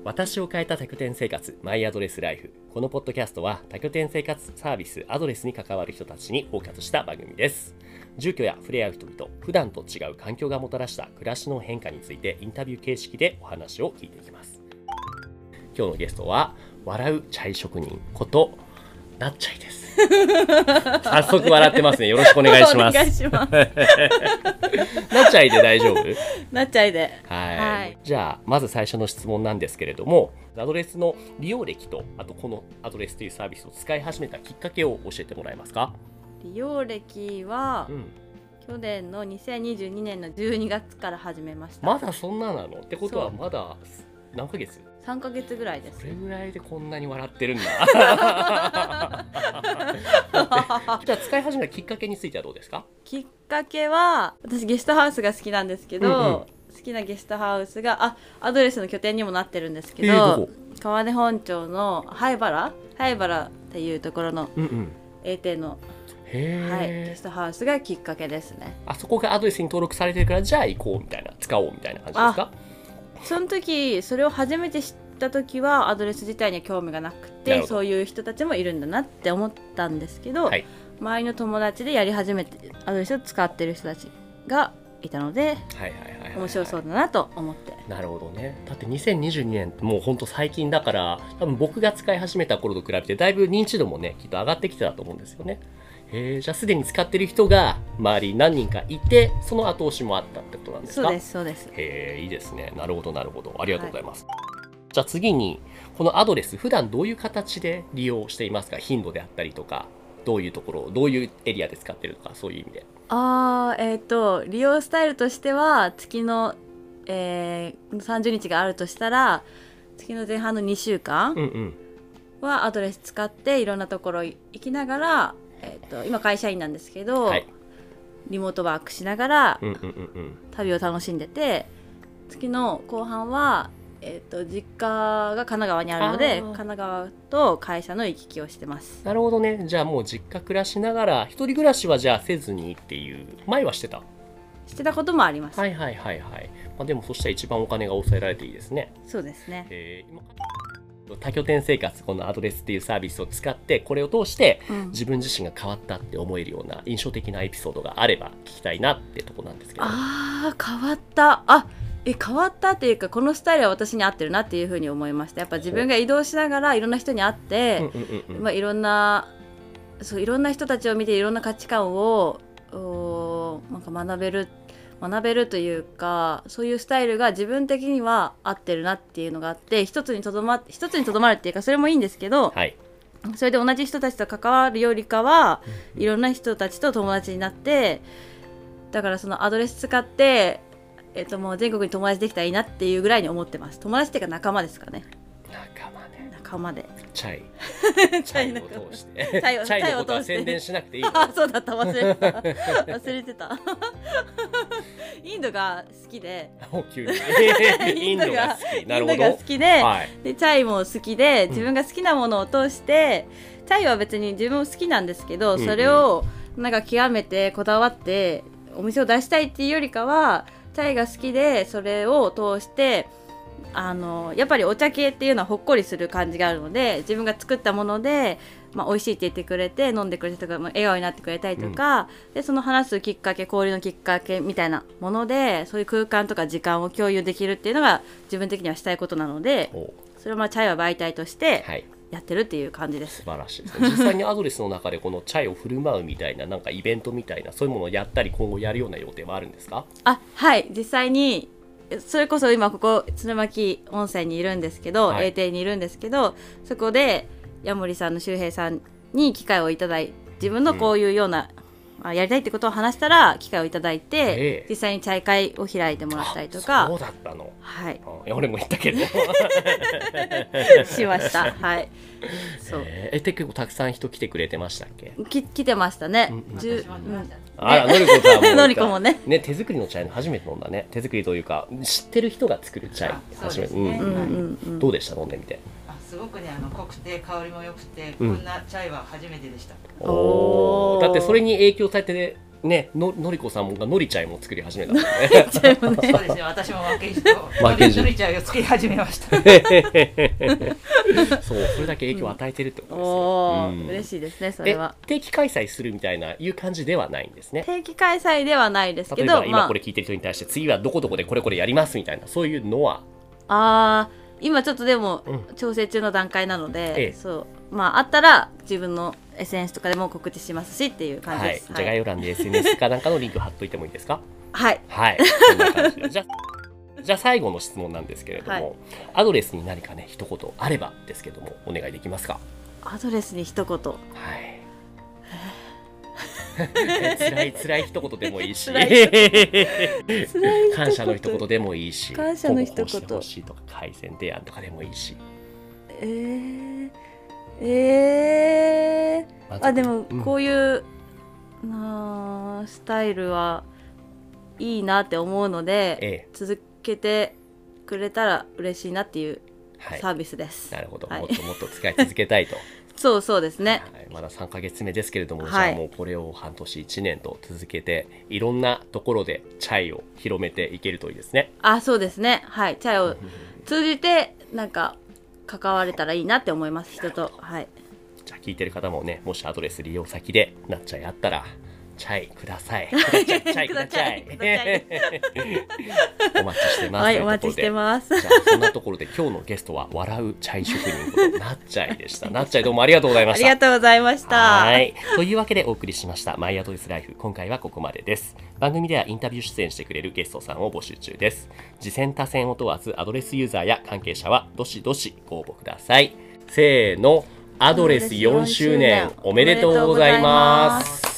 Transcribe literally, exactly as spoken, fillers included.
私を変えた多拠点生活マイアドレスライフ。このポッドキャストは多拠点生活サービスアドレスに関わる人たちにフォーカスした番組です。住居や触れ合う人々、普段と違う環境がもたらした暮らしの変化についてインタビュー形式でお話を聞いていきます。今日のゲストは笑うチャイ職人ことなっちゃいです。早速笑ってますね。よろしくお願いします。 お願いします。 なっちゃいで大丈夫？ なっちゃいで。 はい、 はい。 じゃあまず最初の質問なんですけれども、アドレスの利用歴と、あとこのアドレスというサービスを使い始めたきっかけを教えてもらえますか？ 利用歴は、 うん、 去年のにせんにじゅうにねんのじゅうにがつから始めました。 まだそんななの？ってことはまだ何ヶ月？ さんかげつぐらいです。 それぐらいでこんなに笑ってるんだ。じゃあ使い始めたきっかけについてはどうですか？ きっかけは、私ゲストハウスが好きなんですけど、 うんうん、 好きなゲストハウスがあアドレスの拠点にもなってるんですけど、 えー、どこ？ 川根本町の灰原灰原っていうところの エーティー の、 へー、 はい、ゲストハウスがきっかけですね。 あそこがアドレスに登録されてるからじゃあ行こうみたいな、使おうみたいな感じですか？ その時それを初めて知った時はアドレス自体には興味がなくて、そういう人たちもいるんだなって思ったんですけど、はい、周りの友達でやり始めてアドレスを使ってる人たちがいたので、面白そうだなと思って。 なるほどね。だってにせんにじゅうにねんってもうほんと最近だから、多分僕が使い始めた頃と比べてだいぶ認知度もねきっと上がってきてたと思うんですよね。えー、じゃあすでに使ってる人が周りに何人かいて、その後押しもあったってことなんですか？ そうですそうです。 へー、いいですね。なるほどなるほど、ありがとうございます、はい。じゃあ次にこのアドレス普段どういう形で利用していますか？頻度であったりとか、どういうところどういうエリアで使ってるとか、そういう意味で。 あー、えーと利用スタイルとしては月の、えー、さんじゅうにちがあるとしたら月の前半のにしゅうかんはアドレス使っていろんなところ行きながら、えー、と今会社員なんですけど、はい、リモートワークしながら旅を楽しんでて、月の後半は、えー、と実家が神奈川にあるので神奈川と会社の行き来をしてます。 なるほどね。じゃあもう実家暮らしながら一人暮らしはじゃあせずにっていう、前はしてたしてたこともあります。 はいはいはいはい、まあ、でもそしたら一番お金が抑えられていいですね。 そうですね。 えー多拠点生活、このアドレスっていうサービスを使ってこれを通して自分自身が変わったって思えるような印象的なエピソードがあれば聞きたいなってとこなんですけど。 あー、変わったあえ変わったっていうか、このスタイルは私に合ってるなっていうふうに思いました。やっぱ自分が移動しながらいろんな人に会って、まあ、いろんなそういろんな人たちを見ていろんな価値観をなんか学べる学べるというか、そういうスタイルが自分的には合ってるなっていうのがあって、一つにとどま一つにとどまるっていうか、それもいいんですけど、はい、それで同じ人たちと関わるよりかは、うん、いろんな人たちと友達になって、だからそのアドレス使って、えっと、もう全国に友達できたらいいなっていうぐらいに思ってます。友達っていうか仲間ですかね。 仲間ね。 仲間で。 チャイ。チャイを通して。チャイのことは宣伝しなくていい。 あ、そうだった、忘れてた。忘れてた。インドが好きで。 急にインドが好き。なるほど。 インドが好きで、はい、でチャイも好きで、自分が好きなものを通して、うん、チャイは別に自分も好きなんですけど、それをなんか極めてこだわってお店を出したいっていうよりかは、チャイが好きでそれを通してあのやっぱりお茶系っていうのはほっこりする感じがあるので、自分が作ったもので、まあ、美味しいって言ってくれて飲んでくれたとか、まあ、笑顔になってくれたりとか、うん、でその話すきっかけ、交流のきっかけみたいなもので、そういう空間とか時間を共有できるっていうのが自分的にはしたいことなので、それをまあチャイは媒体としてやってるっていう感じです。 素晴らしいですね。実際にアドレスの中でこのチャイを振る舞うみたいな、なんかイベントみたいな、そういうものをやったり今後やるような予定はあるんですか？ あ、はい、実際にそれこそ今ここ鶴巻温泉にいるんですけど、はい、エーティー にいるんですけど、そこで矢森さんの周平さんに機会をいただいて、自分のこういうような、うん、やりたいってことを話したら機会をいただいて、えー、実際にチャイ会を開いてもらったりとか。 そうだったの。 はい、 俺も言ったけどしました。はい。そう。 えー、って結構たくさん人来てくれてましたっけ？ き来てましたね。うんうん、 あら、のりこさんものりこもねね、手作りのチャイの初めて飲んだね。手作りというか知ってる人が作るチャイ初めて、ね、うんうんうん、どうでした？飲んでみて。 あ、すごくね、あの濃くて香りも良くて、うん、こんなチャイは初めてでした。 おお、だってそれに影響されて、ね、 ね、ののりこさんもがのりちゃいも作り始めたもんね。 そうですね、私も負けじと負けじのりちゃんを作り始めました。 そう、それだけ影響を与えてるってことですよ。 おー、 うん嬉しいですねそれは。 定期開催するみたいないう感じではないんですね。 定期開催ではないですけ例えど、まば今これ聞いてる人に対して次はどこどこでこれこれやりますみたいなそういうのは、 あ、あー今ちょっとでもうん調整中の段階なので、 ええそうまああったら自分の エスエヌエス とかでも告知しますしっていう感じはい、 です。 じゃあ概要欄で エスエヌエス かなんかのリンク貼っといてもいいですか？ はい、 はい、そんな感じで。じゃあ、じゃあ最後の質問なんですけれども、 はいアドレスに何かね一言あればですけどもお願いできますか？ アドレスに一言。 はい。辛い辛い一言でもいいし、 辛い辛い一言感謝の一言でもいいし、 感謝の一言今後こうしてほしいとか改善提案とかでもいいし。 えー、えー、あでもこういう、うん、なあスタイルはいいなって思うので、 ええ、 続けてくれたら嬉しいなっていうはい、 サービスです。 なるほど、 はいもっともっと使い続けたいと。 そうそうですね。 はい、まださんかげつめですけれども、 はいじゃあもうこれを半年いちねんと続けていろんなところでチャイを広めていけるといいですね。 あ、そうですね。はい、チャイを通じてなんか関われたらいいなって思います、人と。はい。 じゃあ聞いてる方もね、もしアドレス利用先でなっちゃいあったらチャイください。チャイください。 くださいお待ちしてます。 はい、 というところでお待ちしてます。 じゃあそんなところで今日のゲストは笑うチャイ職人ことなっちゃいでした。なっちゃいどうもありがとうございました。 ありがとうございました。 はい。というわけでお送りしましたマイアドレスライフ。今回はここまでです。番組ではインタビュー出演してくれるゲストさんを募集中です。次戦他戦を問わずアドレスユーザーや関係者はどしどしご応募ください。せーの、アドレスよんしゅうねんおめでとうございます。